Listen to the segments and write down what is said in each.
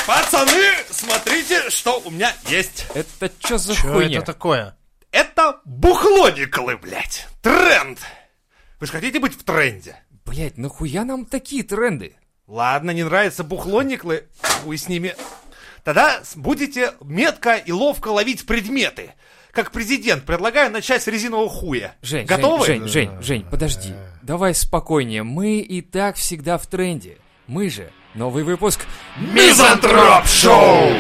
Пацаны, смотрите, что у меня есть. Это что за Что хуйня? это такое? Это бухлониклы, блядь. Тренд. Вы же хотите быть в тренде? Блять, нахуя нам такие тренды? Ладно, не нравятся бухлониклы, хуй с ними. Тогда будете метко и ловко ловить предметы. Как президент, предлагаю начать с резинового хуя. Жень, готовы? Жень, подожди. Давай спокойнее. Мы и так всегда в тренде. Мы же. Новый выпуск Мизантроп Шоу!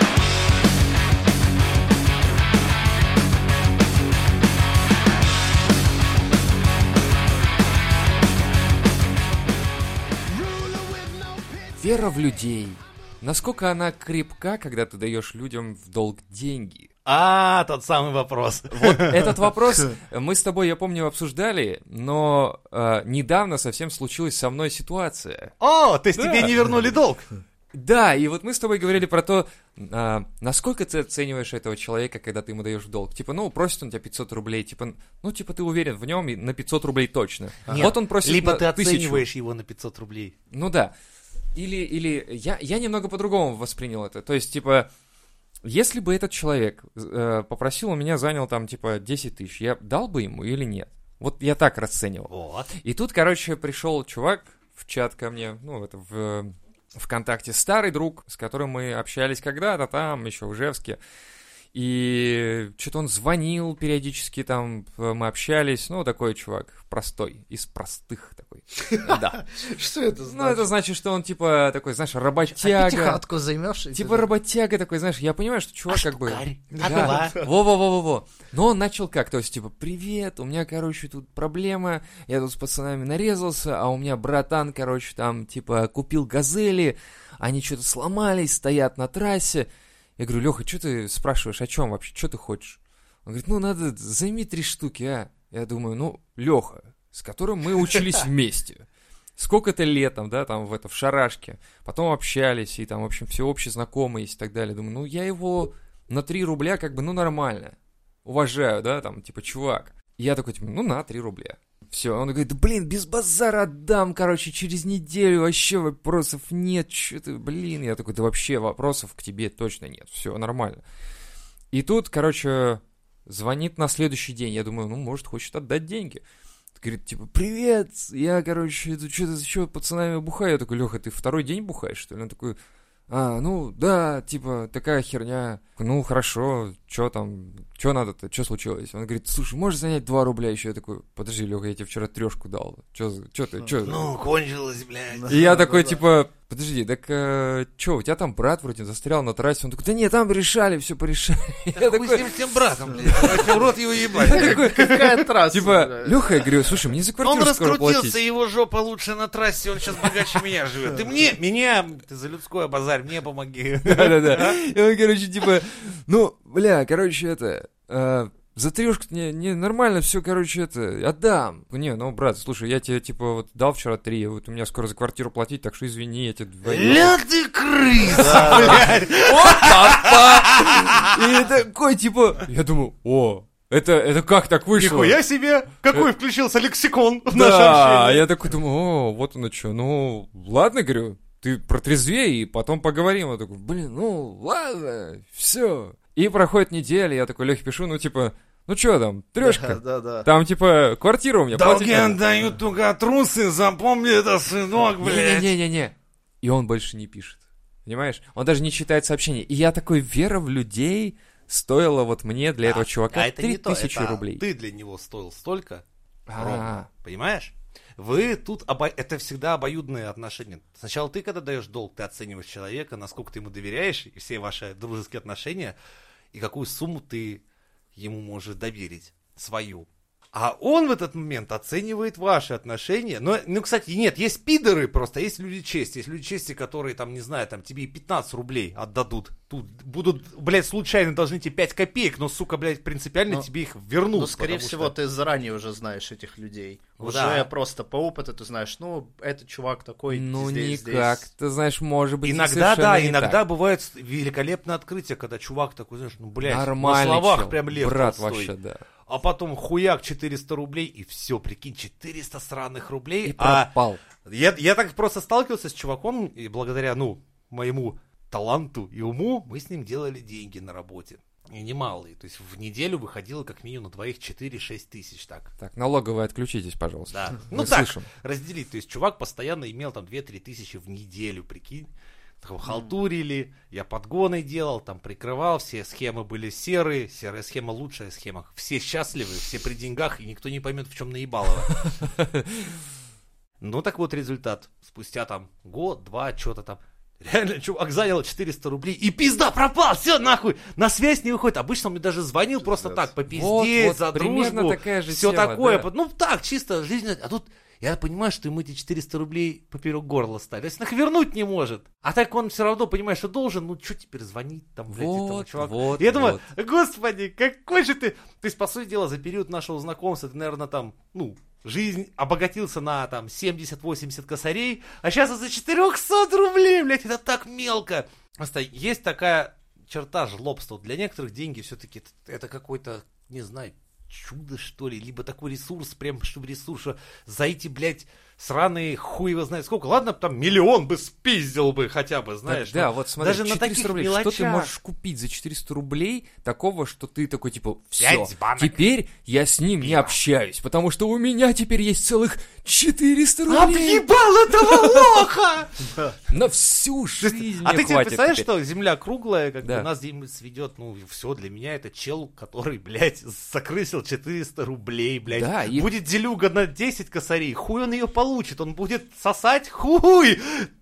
Вера в людей. Насколько она крепка, когда ты даешь людям в долг деньги? Тот самый вопрос. Вот этот вопрос мы с тобой, я помню, обсуждали, но недавно совсем случилась со мной ситуация. То есть тебе не вернули долг? Да, и вот мы с тобой говорили про то, насколько ты оцениваешь этого человека, когда ты ему даешь в долг. Типа, просит он тебя 500 рублей, типа ты уверен в нем и на 500 рублей точно. Нет, вот он просит либо на ты 1000. оцениваешь его на 500 рублей. Ну да. Или я немного по-другому воспринял это. То есть, типа, если бы этот человек попросил у меня, занял там, типа, 10 тысяч, я дал бы ему или нет? Вот я так расценивал. Вот. И тут, короче, пришел чувак в чат ко мне, в ВКонтакте, старый друг, с которым мы общались когда-то там, еще в Ижевске. И что-то он звонил периодически, там мы общались. Такой чувак, простой, из простых такой. Да. Что это значит? Это значит, что он типа такой, знаешь, работяга. Пятихатку займешь? Типа работяга такой, знаешь, я понимаю, что чувак как бы... Да. Во-во-во-во-во. Но он начал как? То есть, типа, привет, у меня, короче, тут проблема, я тут с пацанами нарезался, а у меня братан, короче, там, типа, купил газели, они что-то сломались, стоят на трассе. Я говорю, Леха, что ты спрашиваешь, о чем вообще, что ты хочешь? Он говорит, надо, займи 3 штуки, а. Я думаю, Леха, с которым мы учились вместе. Сколько-то лет там, да, там в шарашке. Потом общались, и там, в общем, все общие знакомые есть и так далее. Думаю, я его на 3 рубля как бы, нормально. Уважаю, да, там, типа, чувак. И я такой, типа, на 3 рубля. Все, он говорит, без базара отдам, короче, через неделю, вообще вопросов нет, что ты, Я такой, да вообще вопросов к тебе точно нет, все нормально. И тут, короче, звонит на следующий день, я думаю, может, хочет отдать деньги. Говорит, типа, привет, я, короче, что пацанами бухаю. Я такой, Леха, ты 2-й день бухаешь, что ли? Он такой, да, типа, такая херня. Хорошо, что там, что надо-то, что случилось? Он говорит, слушай, можешь занять 2 рубля еще? Я такой, подожди, Леха, я тебе вчера 3 дал. Что ты? Кончилось, блядь. И я такой, типа, подожди, так что, у тебя там брат вроде застрял на трассе. Он такой, да нет, там решали, все порешали. Я такой, с тем братом, блядь, в рот его ебать. Какая трасса? Типа, Леха, я говорю, слушай, мне за Он квартиру скоро платить. раскрутился, его жопа лучше на трассе, он сейчас богаче меня живет. Ты ты за людское базарь, мне помоги. Да-да-да. И он, короче, типа, за 3 не нормально, все, короче, отдам. Брат, слушай, я тебе, типа, дал вчера 3, вот у меня скоро за квартиру платить, так что извини, я тебе 2. Ля ты крыса, блядь. И такой, типа, я думаю, это как так вышло? Нихуя себе, какой включился лексикон в наше Да, общение. я такой думаю, вот оно что, ладно, говорю, ты протрезвей, и потом поговорим. Я такой, ладно, все. И проходит неделя, я такой Лехе пишу, что там, 3? Да. Там, типа, квартира у меня. Долги отдают только трусы, запомни это, сынок, блядь. Не-не-не. И он больше не пишет. Понимаешь? Он даже не читает сообщения. И я такой, вера в людей стоила вот мне для этого чувака 3000 рублей. Ты для него стоил столько, ровно, понимаешь? Вы тут, это всегда обоюдные отношения. Сначала ты, когда даешь долг, ты оцениваешь человека, насколько ты ему доверяешь, и все ваши дружеские отношения, и какую сумму ты ему можешь доверить, свою. А он в этот момент оценивает ваши отношения. Кстати, нет, есть пидоры просто, есть люди чести, которые, там, не знаю, там, тебе 15 рублей отдадут. Тут будут, блядь, случайно должны тебе 5 копеек, но, сука, блядь, принципиально тебе их вернут. Скорее всего, ты заранее уже знаешь этих людей. Уже просто по опыту ты знаешь, этот чувак такой, здесь. Ты знаешь, может быть, иногда бывает великолепное открытие, когда чувак такой, знаешь, на словах прям Лев брат Толстой. Вообще, да. А потом хуяк 400 рублей, и все, прикинь, 400 сраных рублей. И пропал. Я так просто сталкивался с чуваком, и благодаря, моему таланту и уму мы с ним делали деньги на работе. И немалые. То есть в неделю выходило как минимум на двоих 4-6 тысяч. Так, налоговые отключитесь, пожалуйста. Да. Мы Ну так, слышим. разделить. То есть чувак постоянно имел там 2-3 тысячи в неделю, прикинь. Халтурили, я подгоны делал, там прикрывал, все схемы были серые, серая схема лучшая схема. Все счастливы, все при деньгах, и никто не поймет, в чем наебалово. Ну так вот результат. Спустя там год-два, что-то там. Реально, чувак занял 400 рублей, и пизда пропал, все нахуй, на связь не выходит. Обычно он мне даже звонил просто так, попиздеть, за дружбу, такая же все тема, такое. Да. Ну так, чисто жизнь. А тут я понимаю, что ему эти 400 рублей поперек горла стали. То есть их вернуть не может. А так он все равно, понимаешь, что должен. Ну, что теперь звонить там, блядь, этому чуваку? Я думаю, господи, какой же ты... То есть, по сути дела, за период нашего знакомства ты, наверное, там, жизнь обогатился на там 70-80 косарей, а сейчас за 400 рублей, блядь, это так мелко. Просто есть такая черта жлобства. Для некоторых деньги все-таки это какой-то, не знаю, чудо, что ли, либо такой ресурс, прям, чтобы ресурс, что за эти, блядь, сраные хуй его знает сколько. Ладно, там миллион бы спиздил бы хотя бы, знаешь. Да, вот смотри, даже 400 на таких рублей, мелочах. что ты можешь купить за 400 рублей такого, что ты такой, типа, все, 5 банок. теперь я с ним не общаюсь, потому что у меня теперь есть целых 400 рублей. Объебал этого лоха! На всю жизнь А мне ты тебе хватит представляешь, теперь. что земля круглая, как Да. бы нас здесь сведет, все, для меня это чел, который, блядь, закрысил 400 рублей, блядь. Да, и- Будет делюга на 10 косарей, хуй он ее получит, он будет сосать хуй!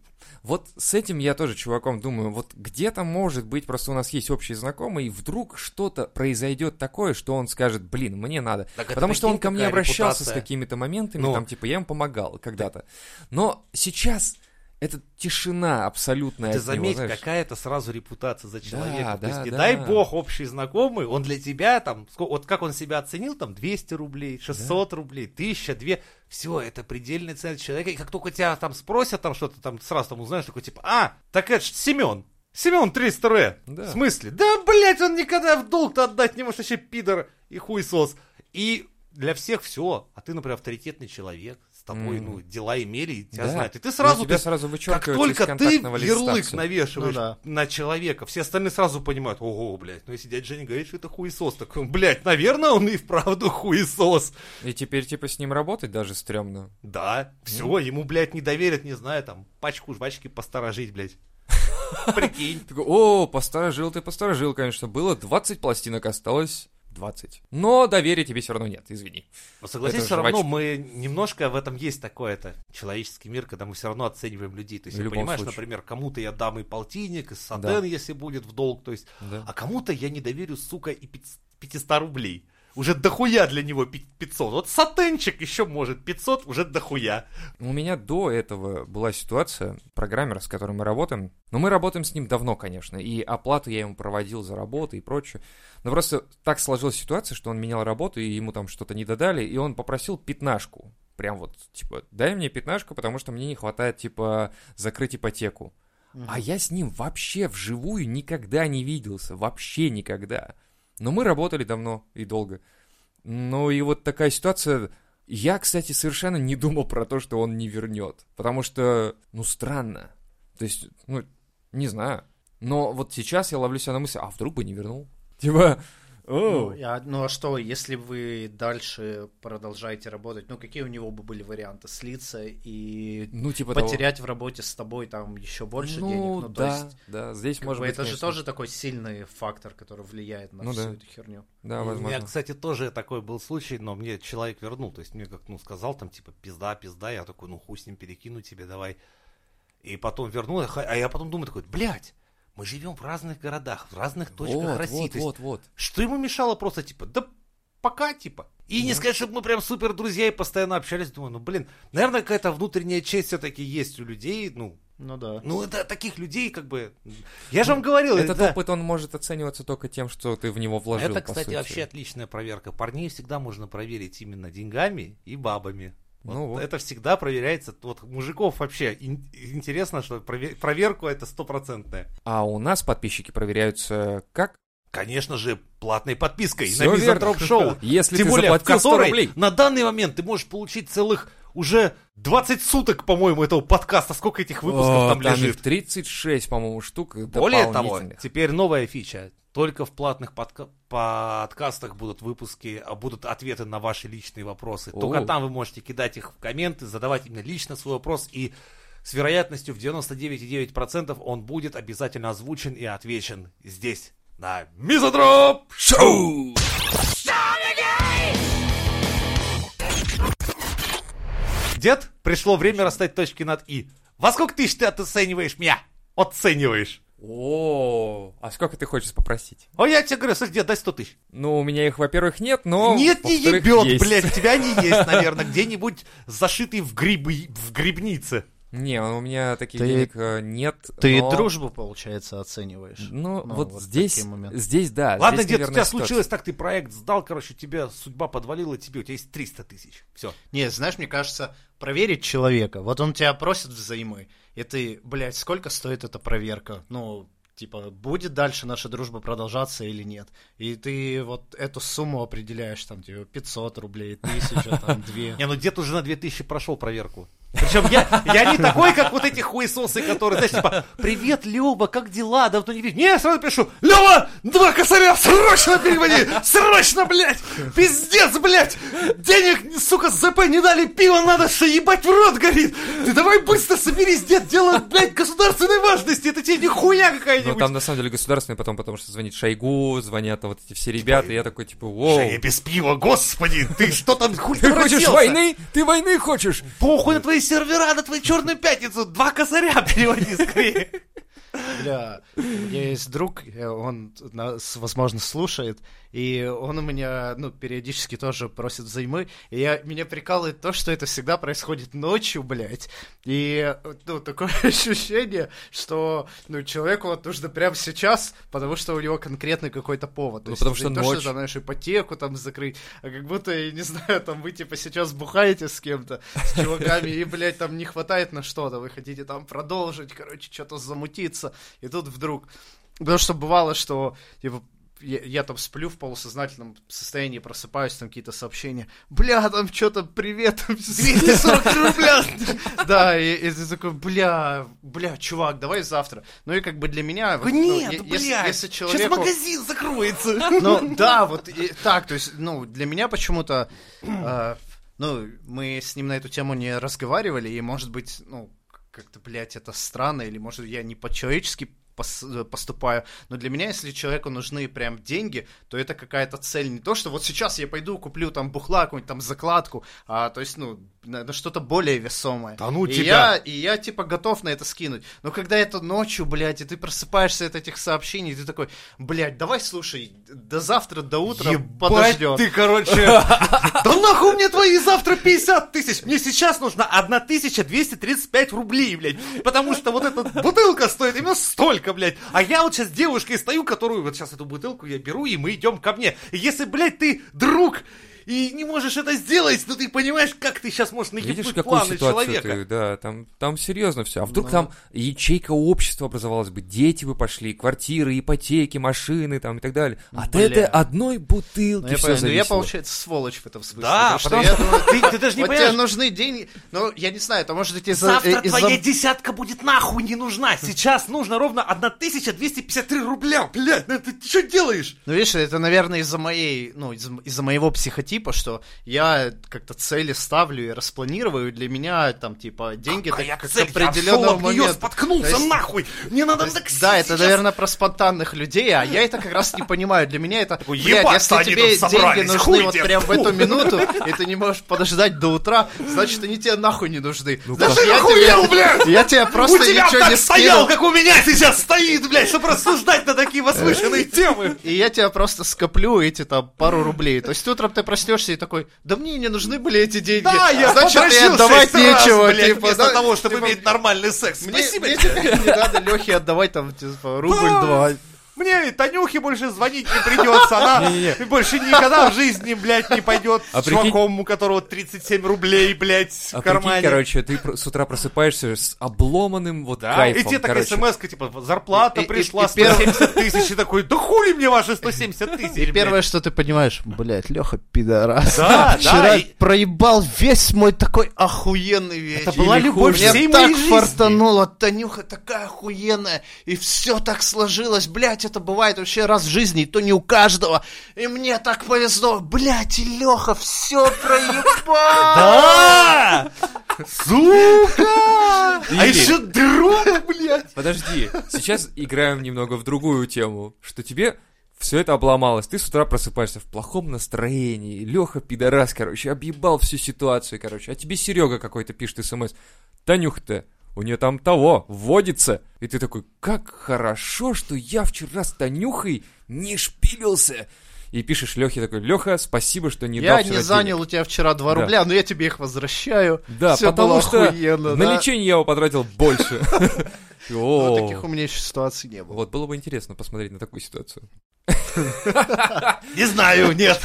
Вот с этим я тоже чуваком думаю, вот где-то может быть, просто у нас есть общий знакомый, и вдруг что-то произойдет такое, что он скажет, блин, мне надо. Так это, Потому что он прикинь, ко мне какая обращался с репутация. какими-то моментами, Ну. там, типа, я ему помогал когда-то. Но сейчас это тишина абсолютная Ты от него, заметь, знаешь. какая-то сразу репутация за человека. То есть, да, не да. дай бог, общий знакомый, он для тебя там, вот как он себя оценил, там, 200 рублей, 600 рублей, 1000, 2, все, это предельная цена человека. И как только тебя там спросят там что-то, там сразу там узнаешь, такой типа, так это ж Семен. Семен 300 ре. Да. В смысле? Да, блядь, он никогда в долг-то отдать не может, вообще пидор и хуесос. И для всех все. А ты, например, авторитетный человек, с тобой, дела имели, и тебя Да. знают. И ты Ну, сразу, тебя ты, сразу как вычеркивают из только ты контактного листа ярлык всё. навешиваешь Ну да. на человека, все остальные сразу понимают, ого, блядь, ну если дядя Женя говорит, что это хуесос, так, блядь, наверное, он и вправду хуесос. И теперь, типа, с ним работать даже стрёмно. Да, все, ему, блядь, не доверят, не знаю, там, пачку жвачки посторожить, блядь. Прикинь. Такой, о, посторожил ты, посторожил, конечно. Было 20 пластинок, осталось 20. Но доверия тебе все равно нет, извини. Но согласись, Это все равно жвачка. мы немножко в этом есть такое-то человеческий мир, когда мы все равно оцениваем людей. То есть, В любом понимаешь, случае. например, кому-то я дам и полтинник, и сатен, Да. если будет в долг, то есть, Да. а кому-то я не доверю, сука, и 500 рублей. Уже дохуя для него 500. Вот сатенчик еще может 500, уже дохуя. У меня до этого была ситуация, программер, с которым мы работаем. Но мы работаем с ним давно, конечно, и оплату я ему проводил за работу и прочее. Но просто так сложилась ситуация, что он менял работу, и ему там что-то не додали, и он попросил 15. Прям вот, типа, дай мне 15, потому что мне не хватает, типа, закрыть ипотеку. А я с ним вообще вживую никогда не виделся, вообще никогда. Но мы работали давно и долго. Ну и вот такая ситуация... Я, кстати, совершенно не думал про то, что он не вернет. Потому что, странно. То есть, не знаю. Но вот сейчас я ловлю себя на мысли, а вдруг бы не вернул? Типа, а что, если вы дальше продолжаете работать, какие у него бы были варианты? Слиться и типа потерять в работе с тобой там еще больше денег? Да, здесь может быть, это же конечно. тоже такой сильный фактор, который влияет на всю эту херню. Да, У возможно. меня, кстати, тоже такой был случай, но мне человек вернул. То есть мне как сказал, там, типа, пизда, я такой, хуй с ним, перекину тебе, давай. И потом вернул, а я потом думаю, такой, блядь, мы живем в разных городах, в разных точках России. То есть, Вот. что ему мешало просто, типа, да пока, типа. И не сказать, чтобы мы прям супер друзья и постоянно общались. Думаю, наверное, какая-то внутренняя честь все-таки есть у людей, Ну да. это таких людей, как бы... Я же вам говорил, Этот да. опыт, он может оцениваться только тем, что ты в него вложил, Это, по кстати, сути. вообще отличная проверка. Парней всегда можно проверить именно деньгами и бабами. Вот. Это всегда проверяется. Вот мужиков вообще интересно, что проверку это 100%. А у нас подписчики проверяются как? Конечно же, платной подпиской Всё на верно. Мизантроп Шоу. Если Тем ты более, заплатил в которой 100 рублей. на данный момент ты можешь получить целых уже 20 суток, по-моему, этого подкаста. Сколько этих выпусков там лежит? Их 36, по-моему, штук. Более того, теперь новая фича. Только в платных подкастах будут выпуски, будут ответы на ваши личные вопросы. Только там вы можете кидать их в комменты, задавать именно лично свой вопрос, и с вероятностью в 99,9% он будет обязательно озвучен и отвечен здесь, на Мизодроп Шоу! Дед, пришло время расставить точки над «и». Во сколько тысяч ты оцениваешь меня? Оцениваешь. А сколько ты хочешь попросить? Я тебе говорю, слушай, дед, дай 100 тысяч. Ну, у меня их, во-первых, нет, но... Нет, не ебет, есть. Блядь, у тебя они есть, наверное, где-нибудь зашитый в грибнице. Не, у меня таких денег нет. Ты дружбу, получается, оцениваешь. Вот здесь, да. Ладно, здесь, дед, наверное, у тебя случилось так, ты проект сдал, короче, тебе судьба подвалила, тебе, у тебя есть 300 тысяч. Все. Не, знаешь, мне кажется, проверить человека. Вот он тебя просит взаймы, и ты, блядь, сколько стоит эта проверка? Типа, будет дальше наша дружба продолжаться или нет. И ты вот эту сумму определяешь, там, типа, 500 рублей, 1000, там, 2. Не, дед уже на 2000 прошел проверку. Причем я не такой, как вот эти хуесосы, которые, знаешь, типа, привет, Лёва, как дела? Давно не видел. Не, я сразу пишу, Лёва, 2 косаря, срочно переводи, срочно, блядь, пиздец, блядь, денег, сука, ЗП не дали, пиво надо, что ебать в рот горит. Ты давай быстро соберись, дед, дело, блядь, государственной важности, это тебе не хуя какая-нибудь. Там на самом деле государственный, потому что звонит Шойгу, звонят вот эти все ребята, и я такой, типа, воу. Я без пива, господи, ты что там, хуй ты хочешь войны? Ты войны хочешь? Похуй на твои сервера, на твою черную пятницу, 2 косаря переводи скорее. Бля, у меня есть друг, он нас, возможно, слушает, и он у меня, периодически тоже просит взаймы, и меня прикалывает то, что это всегда происходит ночью, блядь, и, такое ощущение, что, человеку вот нужно прямо сейчас, потому что у него конкретный какой-то повод. То есть потому что не ночь. то, что, знаешь, ипотеку там закрыть, а как будто, я не знаю, там вы, типа, сейчас бухаете с кем-то, с чуваками, и, блядь, там не хватает на что-то, вы хотите там продолжить, короче, что-то замутиться, и тут вдруг... Потому что бывало, что, типа, я там сплю в полусознательном состоянии, просыпаюсь, там какие-то сообщения. Бля, там что-то, привет, там 240 рубля. Да, и ты такой, бля, чувак, давай завтра. Ну и как бы для меня... Нет, бля, если человеку... сейчас магазин закроется. Да, вот так, то есть, для меня почему-то... мы с ним на эту тему не разговаривали, и, может быть, как-то, блядь, это странно, или, может, я не по-человечески поступаю, но для меня, если человеку нужны прям деньги, то это какая-то цель, не то, что вот сейчас я пойду куплю там бухла, какую-нибудь там закладку, а то есть, на что-то более весомое. Да И я типа готов на это скинуть. Но когда это ночью, блядь, и ты просыпаешься от этих сообщений, и ты такой, блядь, давай, слушай, до завтра, до утра подождем. Ты, короче, да нахуй мне твои завтра 50 тысяч, мне сейчас нужно 1235 рублей, блядь, потому что вот эта бутылка стоит именно столько, блядь, а я вот сейчас с девушкой стою, которую, вот сейчас эту бутылку я беру, и мы идем ко мне, и если, блядь, ты друг... И не можешь это сделать, но ты понимаешь, как ты сейчас можешь наебнуть планы человека. Там серьезно все. А вдруг там ячейка общества образовалась бы, дети бы пошли, квартиры, ипотеки, машины там и так далее. От этой одной бутылки все зависело. Я, получается, сволочь в этом смысле. Да, потому что ты даже не понимаешь. Вот тебе нужны деньги, я не знаю, это может быть завтра твоя десятка будет нахуй не нужна. Сейчас нужно ровно 1253 рубля. Блядь, ты что делаешь? Видишь, это, наверное, из-за моего психотипа, что я как-то цели ставлю и распланирую, для меня там, типа, деньги это как определенного момента. Я споткнулся, нахуй! Мне надо такси. Да, это, наверное, про спонтанных людей, а я это как раз не понимаю. Для меня это, блядь, если тебе деньги нужны вот прям в эту минуту, и ты не можешь подождать до утра, значит, они тебе нахуй не нужны. Я тебе просто ничего не стоял, как у меня сейчас стоит, блядь, чтобы рассуждать на такие возвышенные темы. И я тебя просто скоплю эти там пару рублей. То есть утром ты проснешься и такой, да мне не нужны были эти деньги. Да, я значит, и отдавать нечего. Блядь, вместо того, чтобы иметь нормальный секс. Мне теперь не надо Лехе отдавать там, типа, рубль-два. Мне Танюхе больше звонить не придется, она больше никогда в жизни, блядь, не пойдет с чуваком, у которого 37 рублей, блядь, в кармане. Прикинь, короче, ты с утра просыпаешься с обломанным вот кайфом. И тебе такая смс-ка, типа, зарплата пришла 170 тысяч, и такой, да хули мне ваши 170 тысяч, и первое, что ты понимаешь, блядь, Леха пидорас. Да, вчера проебал весь мой такой охуенный вечер. Это была любовь всей моей жизни. Мне так фартануло, Танюха такая охуенная, и все так сложилось, блядь, это бывает вообще раз в жизни, и то не у каждого, и мне так повезло, блядь, и Леха все проебал. Да! Сука! А еще друг, блядь! Подожди, сейчас играем немного в другую тему, что тебе все это обломалось, ты с утра просыпаешься в плохом настроении, Леха пидорас, короче, объебал всю ситуацию, короче, а тебе Серега какой-то пишет смс, Танюха-то, у нее там того, вводится. И ты такой, как хорошо, что я вчера с Танюхой не шпилился. И пишешь Лехе такой, Леха, спасибо, что не дал вчера денег. Я не занял у тебя вчера 2 рубля, но я тебе их возвращаю. Да, всё потому что охуенно, на лечение я его потратил больше. Но таких у меня еще ситуаций не было. Вот было бы интересно посмотреть на такую ситуацию. Не знаю, нет.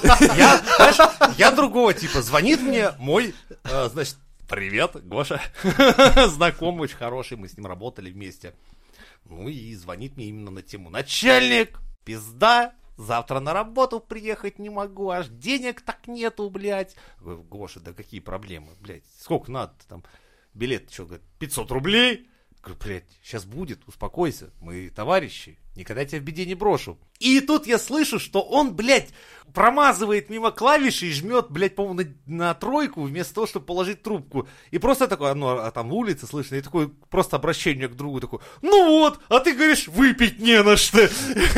Я другого типа. Звонит мне мой, значит, привет, Гоша. Знакомый, очень хороший, мы с ним работали вместе. Ну и звонит мне именно на тему. Начальник, пизда, завтра на работу приехать не могу, аж денег так нету, блядь. Говорю, Гоша, да какие проблемы, блядь, сколько надо там? Билет, что, говорит, 500 рублей? Говорю, блядь, сейчас будет, успокойся, мы товарищи, никогда тебя в беде не брошу. И тут я слышу, что он, блядь, промазывает мимо клавиши и жмет, блядь, по-моему, на тройку, вместо того, чтобы положить трубку. И просто такой, а там улица слышно, и такое просто обращение к другу, такой, ну вот, а ты говоришь, выпить не на что.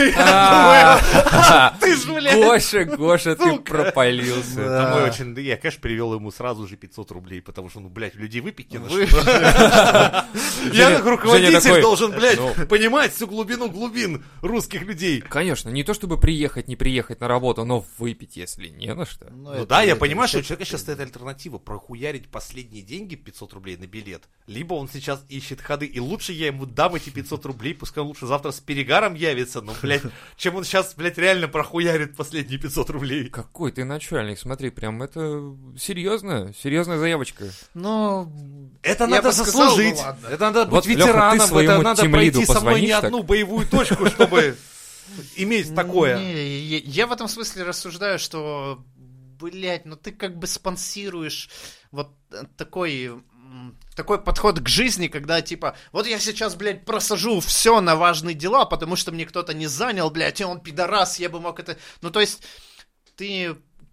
Ты ж, блядь. Гоша, ты пропалился. Я, конечно, привел ему сразу же 500 рублей, потому что, ну, блядь, у людей выпить не на что. Я как руководитель должен, блядь, понимать всю глубину глубин русских людей. Конечно, не то чтобы приехать, не приехать на работу, но выпить, если не на что. Ну да, я понимаю, что у человека сейчас стоит альтернатива, прохуярить последние деньги, 500 рублей на билет, либо он сейчас ищет ходы, и лучше я ему дам эти 500 рублей, пускай он лучше завтра с перегаром явится, но, блядь, чем он сейчас, блядь, реально прохуярит последние 500 рублей. Какой ты начальник, смотри, прям это серьезная заявочка. Ну, это надо заслужить, это надо быть ветераном, это надо пройти со мной не одну боевую точку, чтобы... иметь такое. Я в этом смысле рассуждаю, что, блядь, ну ты как бы спонсируешь вот такой подход к жизни, когда типа, вот я сейчас, блядь, просажу все на важные дела, потому что мне кто-то не занял, блядь, и он пидорас, я бы мог это... Ну то есть ты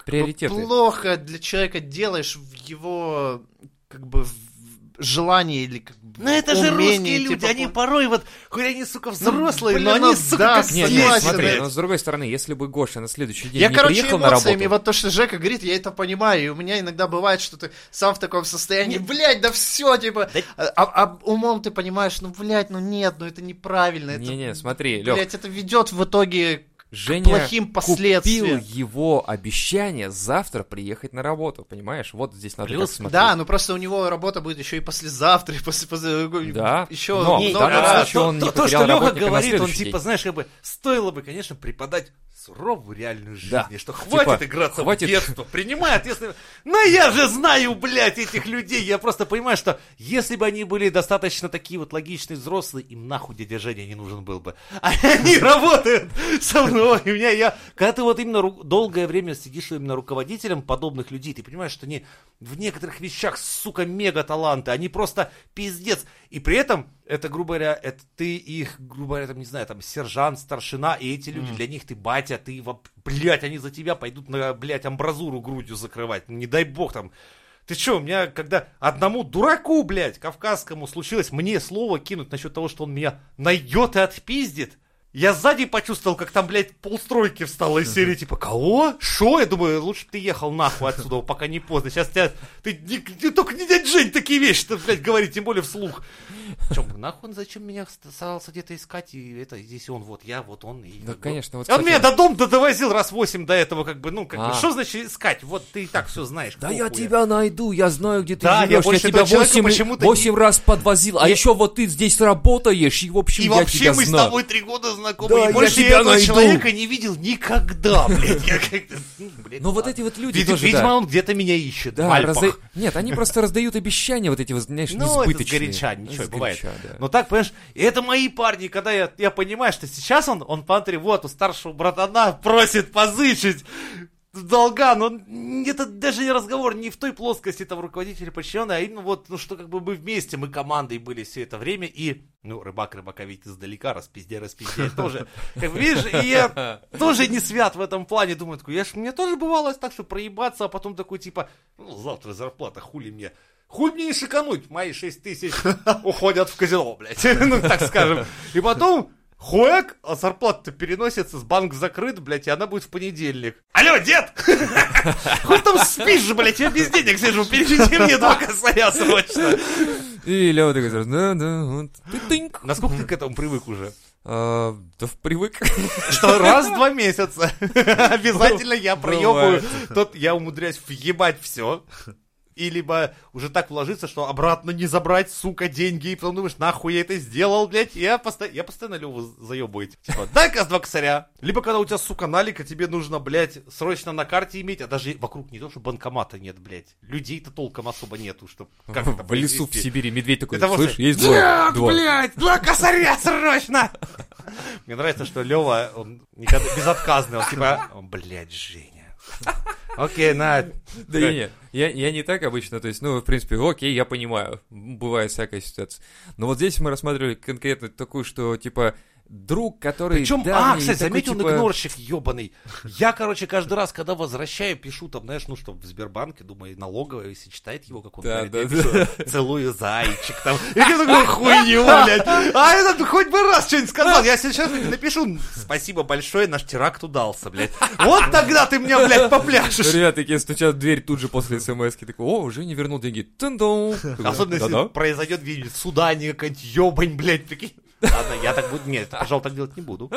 плохо для человека делаешь в его как бы желание или как бы ну это же русские люди, типа, они порой вот, хоть они, сука, взрослые, но они, сука, да, как нет, смотри, но с другой стороны, если бы Гоша на следующий день не приехал на работу... вот то, что Жека говорит, я это понимаю, и у меня иногда бывает, что ты сам в таком состоянии, блядь, да все, типа, а умом ты понимаешь, ну, блядь, ну нет, ну это неправильно. Не-не, смотри, Лёх. Блядь, это ведет в итоге... Женя плохим последствиям. купил его обещание завтра приехать на работу, понимаешь? Вот здесь надо как смотреть. Да, ну просто у него работа будет еще и послезавтра, и да, еще но много раз. То, что Леха говорит, он типа, знаешь, как бы стоило бы, конечно, преподать суровую реальную жизнь, да. что хватит играться в детство, принимай ответственность. Но я же знаю, блядь, этих людей, я просто понимаю, что если бы они были достаточно такие вот логичные взрослые, им нахуй дядя Женя не нужен был бы. А они работают со мной. И когда ты вот именно долгое время сидишь именно руководителем подобных людей, ты понимаешь, что они в некоторых вещах, сука, мега-таланты, они просто пиздец. И при этом, это, грубо говоря, это ты их, грубо говоря, там, не знаю, там, сержант, старшина, и эти люди, для них ты батя, ты, блядь, они за тебя пойдут на, блядь, амбразуру грудью закрывать, не дай бог там. Ты что, у меня, когда одному дураку, блядь, кавказскому случилось мне слово кинуть насчет того, что он меня найдет и отпиздит, я сзади почувствовал, как там, блядь, полстройки встало из серии, типа, кого? Шо? Я думаю, лучше бы ты ехал нахуй отсюда, пока не поздно. Сейчас тебя, ты только не дядь Жень такие вещи, блядь, говори, тем более вслух. Нахуй он зачем меня старался где-то искать, и это, здесь он, вот я, вот он. И Да, конечно. Вот, он меня до дома довозил раз 8 до этого, что значит искать? Вот ты и так все знаешь. Да я тебя найду, я знаю, где ты Да, я живешь, я больше тебя этого человека 8 раз подвозил, а еще вот ты здесь работаешь, и в общем И я вообще тебя мы с знаю. тобой 3 года знакомы, Да, и я больше тебя я этого найду. человека не видел никогда, блядь. Я как-то, Но вот эти вот люди тоже, видимо, да. он где-то меня ищет в Да, Альпах. Нет, они просто раздают обещания вот эти вот, знаешь, Ну, это несбыточные. сгоряча, ничего, бывает. Да. Но так, понимаешь, это мои парни, когда я понимаю, что сейчас он смотри, вот, у старшего братана просит позычить долга, но это даже не разговор не в той плоскости там руководителя подчиненный, а именно вот, что как бы мы вместе, мы командой были все это время, и, рыбак рыбака видит издалека, распиздяй тоже. Как бы, видишь, и я тоже не свят в этом плане, думаю, мне тоже бывало так, что проебаться, а потом такой, типа, завтра зарплата, хули мне не шикануть, мои 6 тысяч уходят в казино, блядь, так скажем. И потом, хуэк, а зарплата-то переносится, банк закрыт, блядь, и она будет в понедельник. Алло, дед! Хоть там спишь, блядь, я без денег сижу, переведи мне 2 косаря срочно. И Лёва такой сразу, да, вот, ты-тыньк. Насколько ты к этому привык уже? Да привык. Что раз в 2 месяца обязательно я проебываю, я умудряюсь въебать все. И либо уже так вложиться, что обратно не забрать, сука, деньги, и потом думаешь, нахуй я это сделал, блядь, я постоянно Леву заебываю. Типа, дай-ка 2 косаря. Либо когда у тебя, сука, налика, тебе нужно, блядь, срочно на карте иметь, а даже вокруг не то, что банкомата нет, блядь. Людей-то толком особо нету, чтобы как это В лесу в произвести. Сибири медведь такой, Это слышь, просто, есть «Дед, 2. блядь, 2 косаря срочно! Мне нравится, что Лева, он никогда безотказный, он типа, блядь, Женя. Окей, на. Да не, я не так обычно, то есть, в принципе, окей, я понимаю, бывает всякая ситуация. Но вот здесь мы рассматривали конкретно такую, что, типа, друг, который Причем, давний, кстати, такой, заметил, типа... игнорщик ебаный. Я, каждый раз, когда возвращаю, пишу там, знаешь, что в Сбербанке, думаю, налоговая, если читает его, как он Да, говорит, да, я пишу, целую зайчик там. И я такой, хуйню, блядь. А этот хоть бы раз что-нибудь сказал. Я сейчас напишу, спасибо большое, наш теракт удался, блядь. Вот тогда ты меня, блядь, попляшешь. Ребята такие стучат в дверь тут же после смс-ки, такой, о, уже не вернул деньги. Тын-дон. Особенно, если произойдет где-нибудь в Судане какая-нибудь ебань, блядь, такие. Ладно, я так буду... Нет, пожалуй, так делать не буду.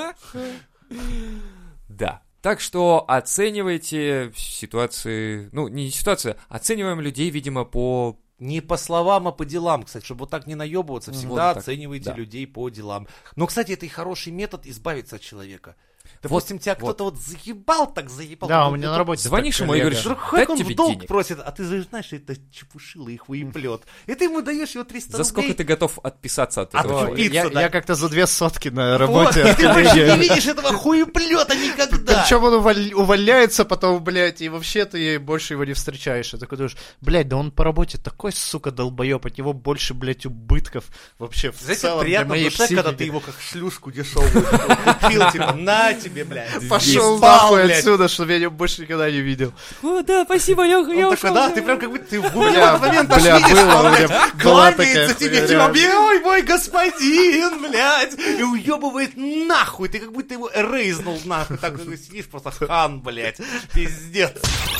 Да. Так что оценивайте ситуации... не ситуации, оцениваем людей, видимо, по... Не по словам, а по делам, кстати, чтобы вот так не наебываться, всегда вот оценивайте людей по делам. Но, кстати, это и хороший метод избавиться от человека. Допустим, тебя кто-то вот заебал. Да, у меня на работе. Звонишь ему и говоришь, хоть он тебе в долг денег просит, а ты же знаешь, что это чепушило и хуеплет. И ты ему даешь его 300 рублей. За сколько ты готов отписаться от этого? Откупиться, Я как-то за 2 сотки на Вот, работе. и ты больше не видишь этого хуеплета никогда. Причем он увольняется потом, блядь, и вообще ты больше его не встречаешь. И такой думаешь, блядь, да он по работе такой, сука, долбоеб, от него больше, блядь, убытков вообще в Знаете, целом для приятно в моей душе, когда психики. ты его как шлюшку дешевую купил, типа, на тебе, блядь. Пошел Спал, нахуй блядь. отсюда, чтобы я его больше никогда не видел. О, да, спасибо, Леха, я Он такой, ушел. да, ты прям как будто ты в Бля, этот момент бля, аж видишь, было, что он, у меня блядь, была кланяется такая тебе, хуйня, типа, ой, мой господин, блядь, и уебывает нахуй, ты как будто его рейзнул нахуй, так как сидишь просто хан, блядь, пиздец.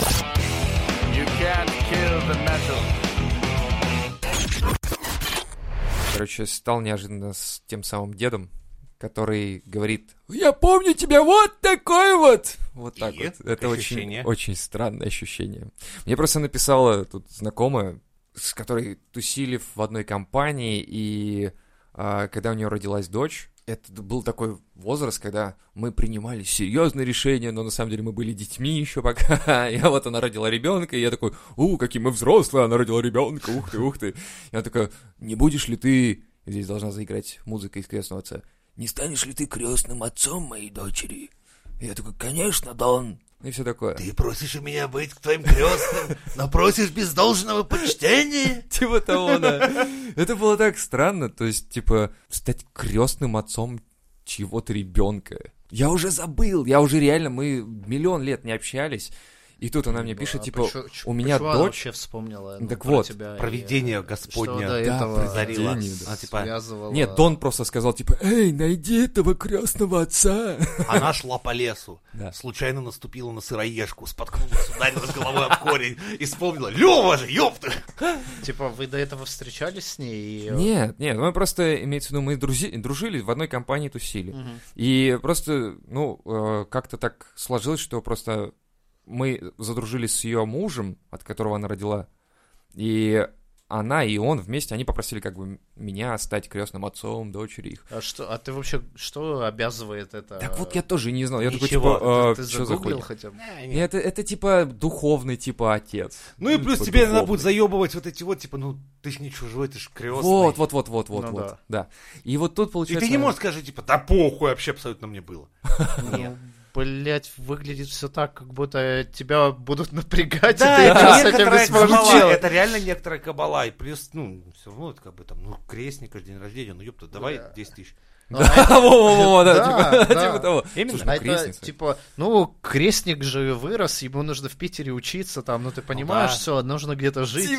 Короче, стал неожиданно с тем самым дедом, который говорит, я помню тебя вот такой вот. Вот так И? вот. Это Ощущение? очень странное ощущение. Мне просто написала тут знакомая, с которой тусили в одной компании, и когда у нее родилась дочь, это был такой возраст, когда мы принимали серьезные решения, но на самом деле мы были детьми еще пока. И вот она родила ребенка, и я такой, какие мы взрослые, она родила ребенка, ух ты, ух ты. И она такая, не будешь ли ты, здесь должна заиграть музыка из «Крестного отца», не станешь ли ты крестным отцом моей дочери? И я такой, конечно, Дон. И все такое. Ты просишь у меня быть твоим крестным, но просишь без должного почтения. Типа того, да. Это было так странно, то есть, типа, стать крестным отцом чьего-то ребенка. Я уже забыл, мы 1 000 000 лет не общались, И тут она мне пишет, типа, у меня почему она дочь... вообще вспомнила Так про вот, тебя Провидение и Господня что до этого прозорило. да. Типа, связывало. Нет, Дон просто сказал, типа, эй, найди этого крестного отца. она шла по лесу, Да. случайно наступила на сыроежку, споткнулась, ударилась головой об корень и вспомнила: Лёва же, ёпта! Типа, вы до этого встречались с ней? И... Нет, мы просто, имеется в виду, мы дружили, в одной компании тусили. Мгм. И просто, как-то так сложилось, что просто мы задружились с ее мужем, от которого она родила. И она и он вместе, они попросили как бы меня стать крестным отцом дочери их. А ты вообще, что обязывает это? Так вот я тоже не знал. Я такой, Ничего. типа, Ты что за загуглил хуйня? хотя бы? Нет, это типа духовный типа отец. Ну и плюс Типа тебе надо духовный. будет заебывать вот эти вот, типа, ну ты ж не чужой, ты ж крестный. Вот. Ну Да. И вот тут И получается... ты не можешь сказать, типа, да похуй вообще абсолютно мне было. Ну, блять, выглядит все так, как будто тебя будут напрягать, Да, и ты это ничего с этим некоторая не сможешь кабала, делать. это реально некоторая кабала, и плюс, все равно это как бы там, крестник, день рождения, ёпта, давай Да. 10 тысяч. Да, во-во-во, да, Да, типа да. типа того. Именно. Слушай, ну, А это, крестница. типа, крестник же вырос, ему нужно в Питере учиться, там, ты понимаешь, да. все, нужно где-то жить.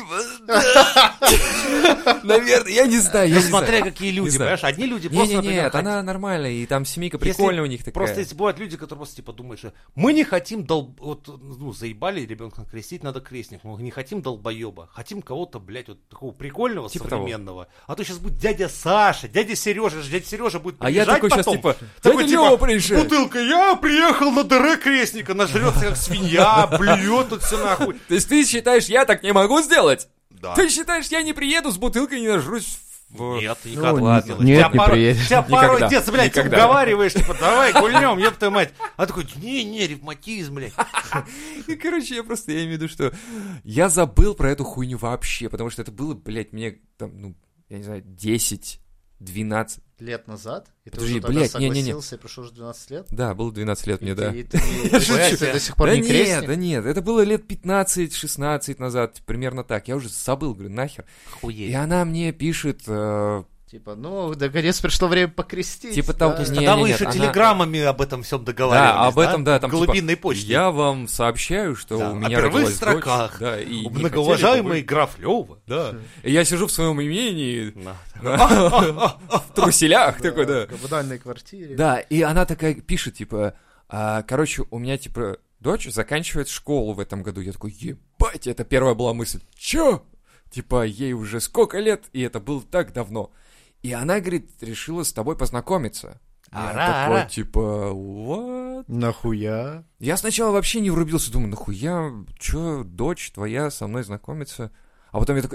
Наверное, я не знаю, я Ну не смотря знаю. какие Не люди, знаю. понимаешь, одни люди просто, например, Нет, она нормальная, и там семейка Если- прикольная у них такая. Просто если бывают люди, которые просто типа думают, что мы не хотим заебали ребенка крестить, надо крестник. Мы не хотим долбоеба, хотим кого-то, блядь, вот такого прикольного, Типа современного. А то сейчас будет дядя Саша, дядя Сережа будет А я приезжать такой сейчас потом. типа, Такой, дядя Лёва приезжает. бутылка, я приехал на ДР крестника, нажрется как свинья, блюет тут все нахуй. То есть ты считаешь, я так не могу сделать? Да. Ты считаешь, я не приеду с бутылкой и не нажрусь в... Нет, никогда. ладно. Тебя Нет, не порой- приедешь. Тебя порой, Никогда. дед, блядь, Никогда. уговариваешь, типа, давай гульнем, ёб твою мать. А такой, не, ревматизм, блядь. И, короче, я имею в виду, что я забыл про эту хуйню вообще, потому что это было, блядь, мне там, я не знаю, 10-12. Лет назад? И ты Подожди, уже тогда блядь, не-не-не. согласился, и прошло уже 12 лет? Да, было 12 лет мне, да. И ты до сих пор Да не нет, крестник? да нет, это было лет 15-16 назад, примерно так. Я уже забыл, говорю, нахер. И Охуеть. она мне пишет, Типа, наконец пришло время покрестить. Типа того, да. не- Тогда вы нет, еще она- телеграммами об этом всем договаривались, да, об этом, да, там В глубинной типа, почте. я вам сообщаю, что Да, у о меня первых родилась строках. дочь, да, и не Многоуважаемый хотели бы граф Лёва. вы- Да. И я сижу в своем имении, Да. в труселях, такой, да. В коммунальной квартире. Да, и она такая пишет, типа, короче, у меня, типа, дочь заканчивает школу в этом году. Я такой, ебать, это первая была мысль. Чё? Типа, ей уже сколько лет, и это было так давно. И она, говорит, решила с тобой познакомиться. Я Ара-ара. такой, типа, what? Нахуя? Я сначала вообще не врубился, думаю, нахуя, чё, дочь твоя со мной знакомится? А потом я такой,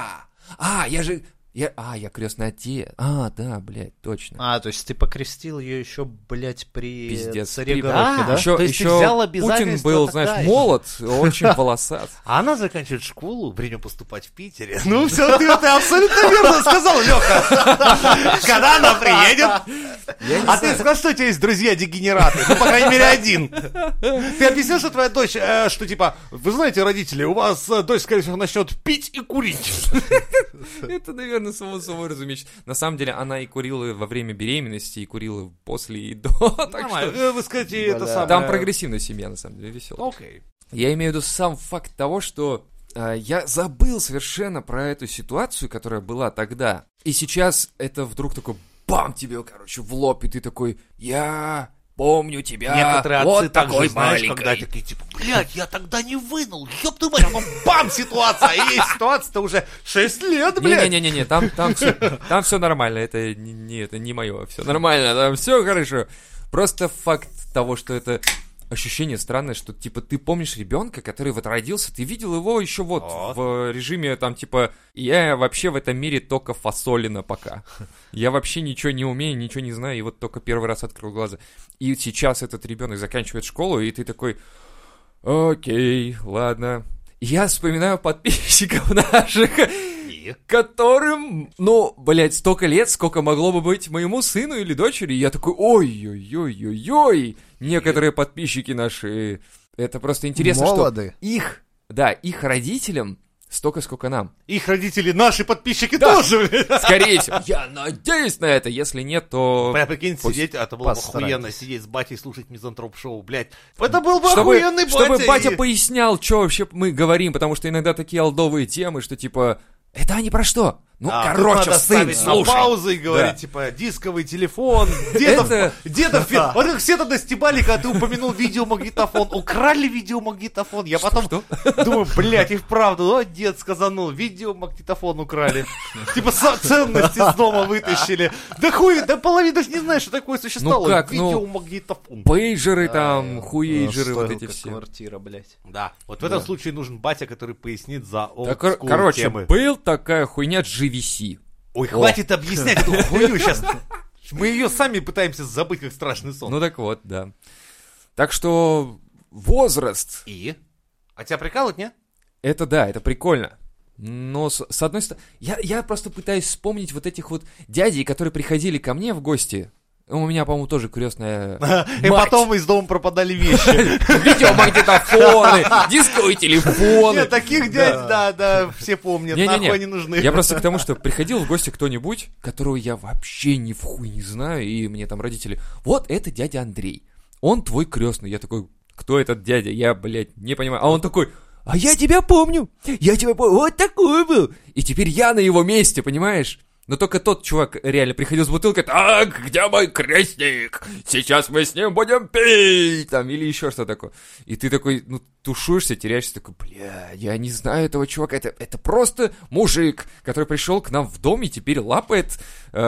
я крестный отец. Да, блядь, точно. То есть ты покрестил ее еще, блядь, при Пиздец. царе При- Горохе, да? Еще, То есть ты еще взял Путин обязательства был, тогда знаешь, еще. молод, очень волосат. А она заканчивает школу, время поступать в Питере. Ну все, ты абсолютно верно сказал, Леха. Когда она приедет? А ты сказал, что у тебя есть друзья-дегенераты? Ну, по крайней мере, один. Ты объяснил, что твоя дочь, что типа, вы знаете, родители, у вас дочь, скорее всего, начнет пить и курить. Это, наверное, само собой разумеется. На самом деле, она и курила во время беременности, и курила после и до. Так что Нормально. Вы скажете, это Бля. самое... там прогрессивная семья, на самом деле, веселая. Окей. Я имею в виду сам факт того, что я забыл совершенно про эту ситуацию, которая была тогда. И сейчас это вдруг такой бам тебе, короче, в лоб, и ты такой, я помню тебя, Некоторые отцы вот так же, такой знаешь, маленькой. когда такие, типа, блядь, я тогда не вынул, ёб твою мать, а потом бам, ситуация, и ситуация-то уже 6 лет, блядь. Не-не-не, там все нормально, это не мое, все нормально, там все хорошо. Просто факт того, что это ощущение странное, что, типа, ты помнишь ребенка, который вот родился, ты видел его еще вот в режиме, там, типа, я вообще в этом мире только фасолина пока. Я вообще ничего не умею, ничего не знаю, и вот только первый раз открыл глаза. И сейчас этот ребенок заканчивает школу, и ты такой, окей, ладно. Я вспоминаю подписчиков наших, которым, блядь, столько лет, сколько могло бы быть моему сыну или дочери. И я такой, ой-ой-ой-ой-ой. Некоторые подписчики наши, это просто интересно, Молоды. что их родителям столько, сколько нам. Их родители, наши подписчики Да. тоже, блядь. Скорее всего. Я надеюсь на это. Если нет, то... Прикинь, пусть сидеть, это было бы постарайтесь. охуенно, сидеть с батей, слушать Мизантроп-шоу, блядь. Это был бы Чтобы, охуенный чтобы батя. батя и- пояснял, что вообще мы говорим, потому что иногда такие олдовые темы, что типа, это они про что? Ну, А, тут короче, надо сын, ставить на слушай. паузу и говорить, Да. типа, дисковый телефон, дедов, Это- вот как все тогда стебали, когда ты упомянул видеомагнитофон, украли видеомагнитофон, я потом Что? думаю, блядь, и вправду, о, дед сказанул, видеомагнитофон украли, типа, ценности из дома вытащили, да хуй, да половина даже не знает, что такое существовало, как, ну, видеомагнитофон. Пейджеры там, хуейджеры, вот Стоил эти как все. квартира, блядь. Да, вот в этом случае нужен батя, который пояснит за Так, олдскул короче, темы. был такая хуйня GVC. Ой, хватит объяснять эту хуйню сейчас. Мы ее сами пытаемся забыть, как страшный сон. Ну так вот, да. Так что возраст, И? А тебя прикалывают, не? это да, это прикольно. Но с одной стороны, я просто пытаюсь вспомнить вот этих вот дядей, которые приходили ко мне в гости. У меня, по-моему, тоже крестная И потом из дома пропадали вещи. видеомагнитофоны, дисковые телефоны. Нет, таких дядь, да, все помнят, Не-не-не. нахуй они нужны. Я просто к тому, что приходил в гости кто-нибудь, которого я вообще ни в хуй не знаю, и мне там родители, вот это дядя Андрей, он твой крестный. Я такой, кто этот дядя? Я, блядь, не понимаю. А он такой, а я тебя помню, вот такой был. И теперь я на его месте, понимаешь? Но только тот чувак реально приходил с бутылкой, так, где мой крестник? Сейчас мы с ним будем пить, там, или еще что такое. И ты такой, ну, тушуешься, теряешься, такой, бля, я не знаю этого чувака, это просто мужик, который пришел к нам в дом и теперь лапает,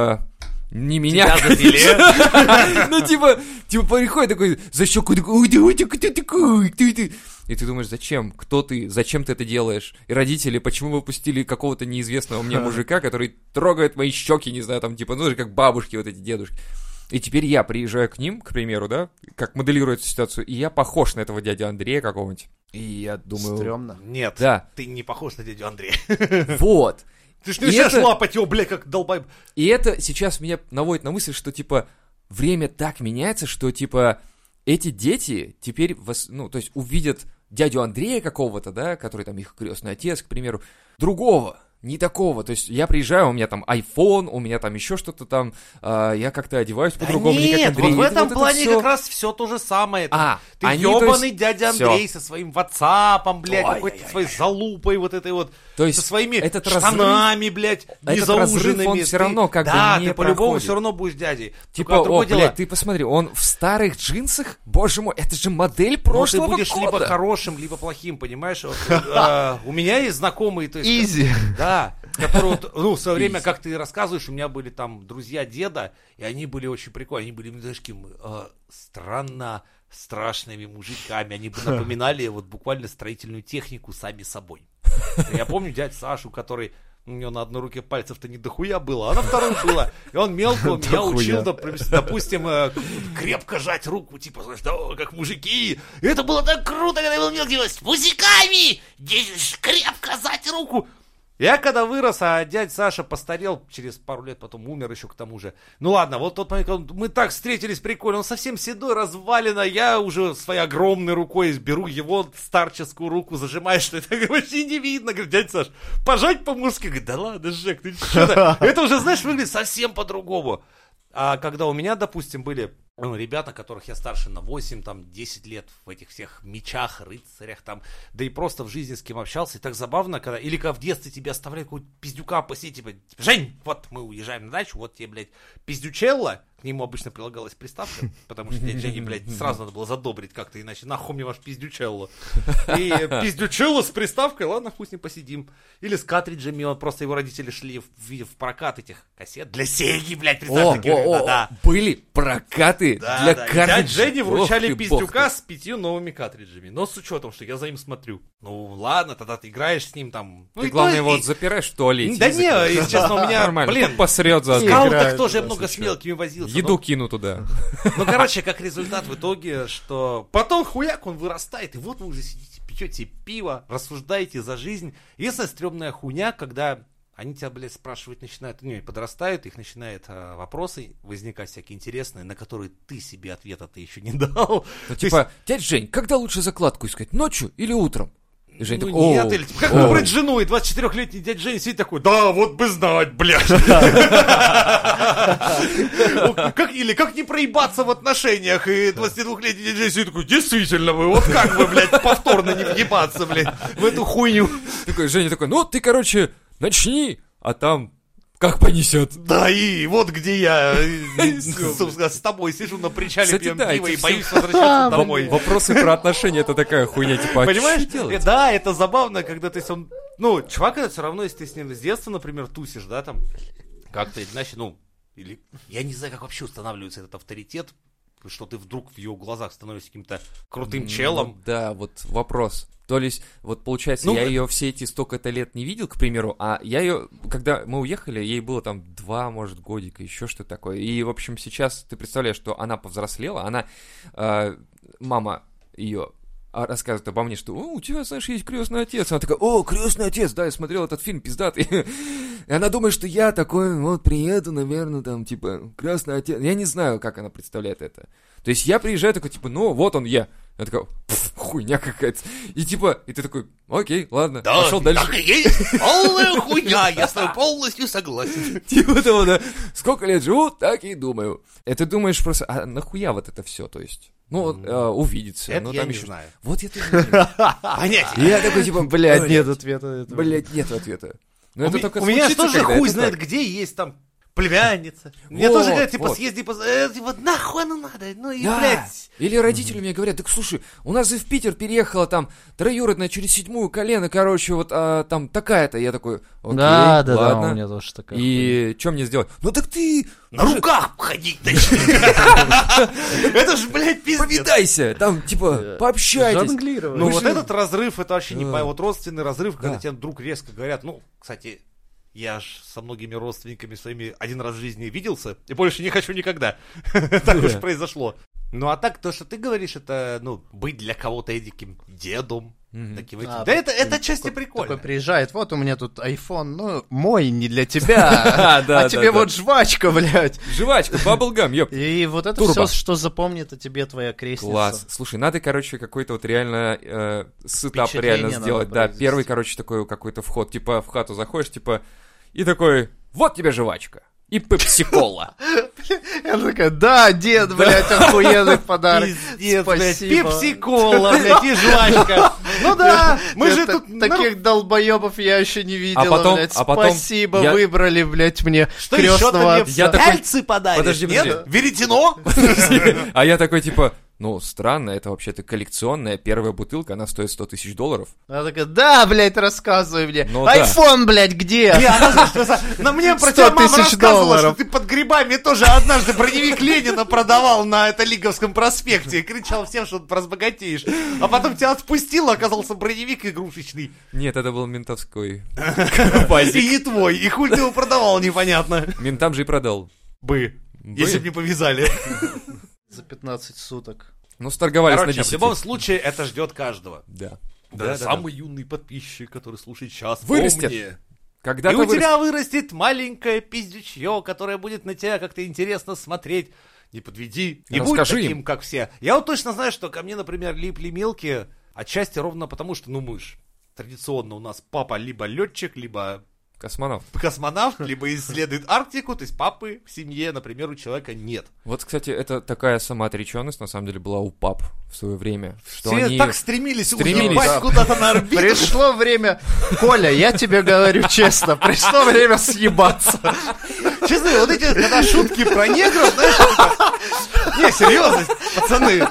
не меня, Тебя запили. ну, типа, приходит такой, за щеку, такой, ой, кто такой, кто ты? И ты думаешь, зачем? Кто ты? Зачем ты это делаешь? И родители, почему вы пустили какого-то неизвестного мне мужика, который трогает мои щеки, не знаю, там, типа, ну, как бабушки, вот эти дедушки. И теперь я приезжаю к ним, к примеру, да, как моделирую эту ситуацию, и я похож на этого дядю Андрея какого-нибудь. И я думаю... Стрёмно. Нет, Да. ты не похож на дядю Андрея. Вот. Ты ж не И начинаешь это- лапать его, бля, как долбай. И это сейчас меня наводит на мысль, что, типа, время так меняется, что, типа, эти дети теперь, ну, то есть увидят дядю Андрея какого-то, да, который там их крестный отец, к примеру, другого, не такого. То есть я приезжаю, у меня там iPhone, у меня там еще что-то там, я как-то одеваюсь по-другому, не как Нет, Андрей. вот в И этом это плане всё. как раз все то же самое. Ты они, то ебаный есть, дядя всё. Андрей со своим ватсапом, блядь, Ой, какой-то ой, своей залупой, вот этой вот, То есть со своими этот штанами, блядь, этот разрыв, он незауженными. всё равно как бы да, не ты по-любому проходит. все равно будешь дядей. Типа, Только другое о, дело, блядь, ты посмотри, он в старых джинсах, боже мой, это же модель прошлого ты будешь года. либо хорошим, либо плохим, понимаешь? Вот, у меня есть знакомые, то есть... Изи. Да, которые, вот, ну, в свое время, как ты рассказываешь, у меня были там друзья деда, и они были очень прикольные, они были, знаешь, таким странно страшными мужиками, они бы напоминали вот буквально строительную технику сами собой. Я помню дядю Сашу, который, у него на одной руке пальцев-то не дохуя было, а на второй было, и он мелко меня учил, допустим, крепко жать руку, типа, знаешь, да, как мужики, и это было так круто, когда я был мелкий, с мужиками, крепко жать руку. Я когда вырос, а дядя Саша постарел, через пару лет потом умер еще к тому же. Ну ладно, вот тот момент, когда мы так встретились прикольно, он совсем седой, развалено, я уже своей огромной рукой беру его старческую руку, зажимаю, что это вообще не видно. Говорит, дядя Саш, пожать по-мужски. Говорит, да ладно, Жек, ты что-то. Это уже, знаешь, выглядит совсем по-другому. А когда у меня, допустим, были ребята, которых я старше на 8, там, 10 лет в этих всех мечах, рыцарях, там, да и просто в жизни с кем общался, и так забавно, когда, или когда в детстве тебе оставляют какого-то пиздюка посидеть, типа, Жень, вот мы уезжаем на дачу, вот тебе, блядь, пиздючелло, к нему обычно прилагалась приставка, потому что дядя Жене, блядь, сразу надо было задобрить как-то, иначе нахуй мне ваш пиздючелло. И пиздючелло с приставкой, ладно, хуй с ним посидим. Или с картриджами, он просто его родители шли в прокат этих кассет для Сеги, блядь, представь, да. Были прокаты для Да. картриджей. Дядь Жене вручали Ох ты, бог пиздюка ты. с 5 новыми картриджами. Но с учетом, что я за ним смотрю. Ну ладно, тогда ты играешь с ним там. Ну, Ты, и главное, то- его и- запираешь в туалете. Да и закрываешь. не, если честно, у меня, Нормально, блин, тут посрет в заодно. скаутах Играет, тоже да, много с если мелкими возился. Еду кину туда. Ну, короче, как результат в итоге, что потом хуяк, он вырастает, и вот вы уже сидите, пьете пиво, рассуждаете за жизнь. Единственная стрёмная хуйня, когда они тебя, блядь, спрашивать начинают, не, подрастают, их начинают вопросы возникать всякие интересные, на которые ты себе ответа ты еще не дал. Ну, типа, дядь Жень, когда лучше закладку искать, ночью или утром? И Женя такой, нет, или типа, как выбрать жену, и 24-летний дядя Женя сидит такой, да, вот бы знать, блядь. Или как не проебаться в отношениях, и 22-летний дядя Женя сидит такой, действительно, вы вот как вы, блядь, повторно не въебаться, блядь, в эту хуйню. Такой, Женя такой, ну, ты, короче, начни, а там как понесет. Да, и вот где я с тобой сижу на причале, пьем пиво и боюсь возвращаться домой. Вопросы про отношения, это такая хуйня, типа, понимаешь? Да, это забавно, когда ты он... Ну, чувак, это все равно, если ты с ним с детства, например, тусишь, да, там, как-то иначе, ну, или... Я не знаю, как вообще устанавливается этот авторитет, что ты вдруг в его глазах становишься каким-то крутым челом. Да, вот вопрос. То есть, вот получается, я ее все эти столько-то лет не видел, к примеру, а я ее, когда мы уехали, ей было там 2, может, годика, еще что-то такое. И, в общем, сейчас ты представляешь, что она повзрослела, она, мама ее рассказывает обо мне, что у тебя, знаешь, есть крестный отец. Она такая, крестный отец, да, я смотрел этот фильм пиздатый. И она думает, что я такой, вот, приеду, наверное, там, типа, крестный отец. Я не знаю, как она представляет это. То есть я приезжаю такой, типа, ну, вот он я. Я такой, хуйня какая-то. И типа, и ты такой, окей, ладно, да, пошел дальше. Так и есть, полная хуйня, я с тобой полностью согласен. Типа того, да. Сколько лет живу, так и думаю. И ты думаешь просто, а нахуя вот это все, то есть? Ну, увидеться. Это ну, я там не еще... знаю. Вот я тоже не знаю. Понятия. Я такой, типа, Блядь, нет ответа. Блядь, нет ответа. Но это только у меня случится, тоже когда хуй это знает, так. где есть там племянница. Мне Вот, тоже говорят, типа, вот. съезди, типа, нахуй оно надо, ну и, Да. блядь. Или родители мне говорят, так слушай, у нас и в Питер переехала там троюродная через 7-ю колено, короче, вот там такая-то. Я такой, окей, Да, ладно. у меня тоже такая. И что мне сделать? Ну так ты На руках ходить начни. Это ж, блядь, пиздец. повидайся, там, типа, пообщайтесь. Жонглировать. Ну Вы вот же- этот разрыв, это вообще не Да. по... Вот родственный разрыв, когда Да. тебе вдруг резко говорят, ну, кстати, я ж со многими родственниками своими один раз в жизни виделся, и больше не хочу никогда. Так уж произошло. Ну а так, то, что ты говоришь, это, ну, быть для кого-то эдиким дедом. Таким этим. Да это отчасти прикольно. Такой приезжает, вот у меня тут iPhone, ну, мой, не для тебя, Да, а тебе да. вот жвачка, блядь. Жвачка, баблгам, ёп. И вот это Турбо. все, что запомнит о тебе твоя крестница. Класс. Слушай, надо, короче, какой-то вот реально сетап Впечатление реально надо сделать. Да, произвести. первый, короче, такой какой-то вход. Типа в хату заходишь, типа, и такой, вот тебе жвачка. И пепси-кола. Я такая, да, дед, блядь, охуенный подарок. Пиздец, блядь, Спасибо. пепси-кола, блядь, и жвачка. Ну да, мы же тут... Таких долбоебов я еще не видел, потом- блядь. а потом Спасибо, я- выбрали, блядь, мне Что еще ты крестного мне отца. Я такой- пяльцы подаришь? Подожди, Нет? подожди. Веретено? А я такой, типа, ну, странно, это вообще-то коллекционная первая бутылка, она стоит $100 000. Она такая, да, блядь, рассказывай мне. Ну да. Айфон, блядь, где? Не, она, знаешь, на мне про 100 тебя мама 000 рассказывала, что долларов. ты под грибами тоже однажды броневик Ленина продавал на это Лиговском проспекте и кричал всем, что ты разбогатеешь. А потом тебя отпустил, оказался броневик игрушечный. Нет, это был ментовской. И не твой. И хуй ты его продавал, непонятно. Ментам же и продал. Если бы не повязали. За 15 суток. Ну, сторговались на Короче, 10. в любом случае, это ждет каждого. Да. Даже самый юный подписчик, который слушает сейчас, Вырастет. помни. Когда-то И у вырастет. тебя вырастет маленькое пиздючье, которое будет на тебя как-то интересно смотреть. Не подведи, не будь Расскажи таким, им. как все. Я вот точно знаю, что ко мне, например, липли мелкие, отчасти ровно потому, что, ну, мы ж традиционно у нас папа либо летчик, либо Космонавт. космонавт, либо исследует Арктику, то есть папы в семье, например, у человека нет. Вот, кстати, это такая самоотреченность, на самом деле, была у пап в свое время. Что Все они... так стремились стремились, уебать да. куда-то на орбиту. Пришло время, Коля, я тебе говорю честно, пришло время съебаться. Честно, вот эти когда шутки про негров, знаешь, типа, не, серьезно, пацаны.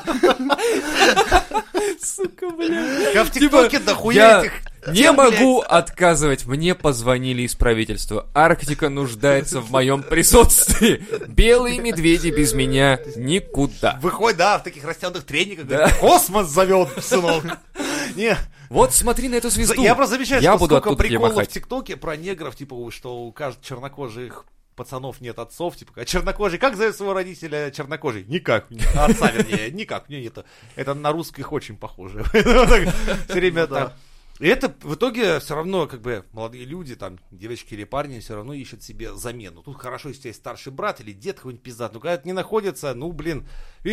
Сука, бля. Я в ТикТоке дохуя Я этих не тем, блядь. могу отказывать. Мне позвонили из правительства. Арктика нуждается в моем присутствии. Белые медведи без меня никуда. Выходит, да, в таких растянутых трениках, говорит, космос зовет, сынок. Не, Вот смотри на эту звезду. я просто замечаю, Я что буду сколько оттуда тебе приколов в махать. ТикТоке про негров, типа, что у каждого чернокожих пацанов нет отцов, типа, а чернокожий, как зовет своего родителя чернокожий? Никак, отца, вернее, никак, мне это на русских очень похоже. Все время так. И это в итоге все равно, как бы, молодые люди, там, девочки или парни, все равно ищут себе замену. Тут хорошо, если у тебя есть старший брат или дед какой-нибудь пиздат, но когда это не находится, ну, блин, видишь,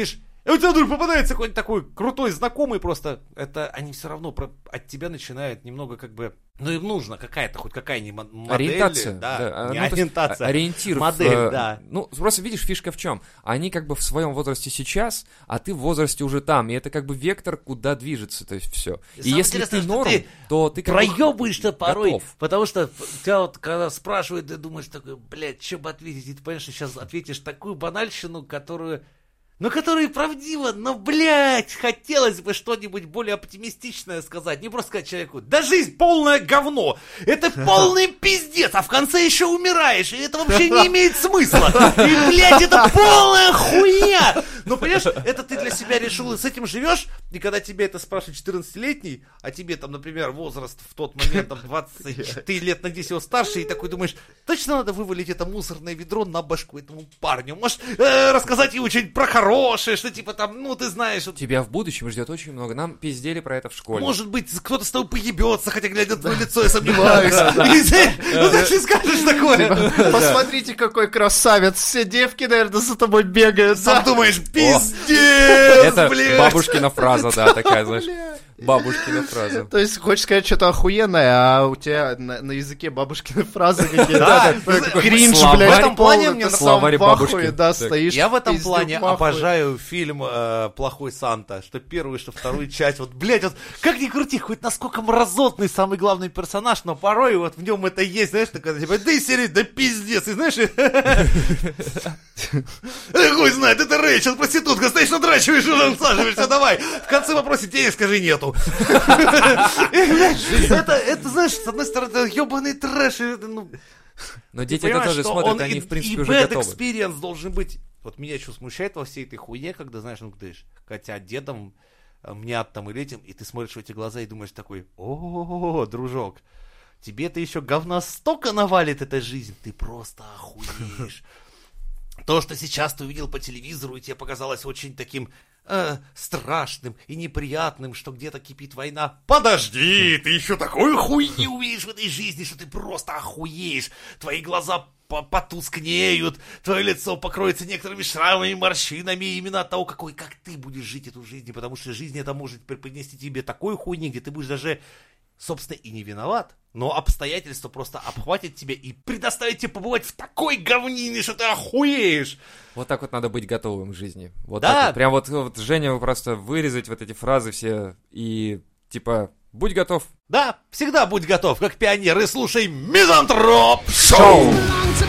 И у тебя вдруг попадается какой-нибудь такой крутой знакомый просто. Это они все равно от тебя начинают немного как бы... Ну им нужно какая-то, хоть какая-нибудь модель. Ориентация. Да, не ну, ориентация. Ориентир. Модель, да. Ну, просто видишь, фишка в чем? Они как бы в своем возрасте сейчас, а ты в возрасте уже там. И это как бы вектор, куда движется, то есть все. И если ты норм, то ты как бы проебываешься порой. готов. Потому что тебя вот когда спрашивают, ты думаешь такой, блядь, что бы ответить? И ты понимаешь, что сейчас ответишь такую банальщину, которая правдиво, но, блядь, хотелось бы что-нибудь более оптимистичное сказать. Не просто сказать человеку, да жизнь полное говно, это полный пиздец, а в конце еще умираешь, и это вообще не имеет смысла. И, блядь, это полная хуйня. Ну, понимаешь, это ты для себя решил, и с этим живешь, и когда тебе это спрашивает 14-летний, а тебе там, например, возраст в тот момент, там, 20, ты лет на 10 его старше, и такой думаешь, точно надо вывалить это мусорное ведро на башку этому парню. Может, рассказать ему что-нибудь про хорошее, что типа там, ну, ты знаешь... Тебя в будущем ждет очень много. Нам пиздели про это в школе. Может быть, кто-то с тобой поебется, хотя, глядя на твое лицо, я сомневаюсь. Ну, ты же скажешь такое. Посмотрите, какой красавец. Все девки, наверное, за тобой бегают. Сам думаешь, пиздец, это блядь. бабушкина фраза, да, такая, знаешь. Бабушкина фраза. То есть, хочешь сказать что-то охуенное, а у тебя на языке бабушкины фразы какие-то. Да, кринж, словарь. блядь. В этом плане мне словарь бабушки. Да, стоишь. Я в этом пиздюк плане махуя. обожаю фильм «Плохой Санта», что первую, что вторую часть. Вот, блядь, вот как ни крути, хоть насколько мразотный самый главный персонаж, но порой вот в нем это есть, знаешь, такое, типа, да и серия, да пиздец, и знаешь, хуй знает, это Рэйчел, проститутка, стоишь, надрачиваешь, усаживаешься, давай. В конце попросит денег, скажи нету. Это, знаешь, с одной стороны, это ебаный трэш, Но дети это тоже смотрят, они, в принципе, уже готовы. И bad experience должен быть. Вот меня что смущает во всей этой хуйне, когда, знаешь, ну, ты хотя дедом, мнят там или этим, и ты смотришь в эти глаза и думаешь такой, о, дружок, тебе-то еще говна столько навалит эта жизнь, ты просто охуеешь. То, что сейчас ты увидел по телевизору, и тебе показалось очень таким страшным и неприятным, что где-то кипит война. Подожди, ты еще такой хуйни увидишь в этой жизни, что ты просто охуеешь. Твои глаза потускнеют, твое лицо покроется некоторыми шрамами, морщинами, именно от того, как ты будешь жить эту жизнь, потому что жизнь это может преподнести тебе такой хуйни, где ты будешь даже, собственно, и не виноват, но обстоятельства просто обхватят тебя и предоставят тебе побывать в такой говнине, что ты охуеешь. Вот так вот надо быть готовым к жизни. Вот да. так вот. Прям вот Женя просто вырезать вот эти фразы все и типа будь готов. Да, всегда будь готов, как пионер, и слушай Мизантроп Шоу!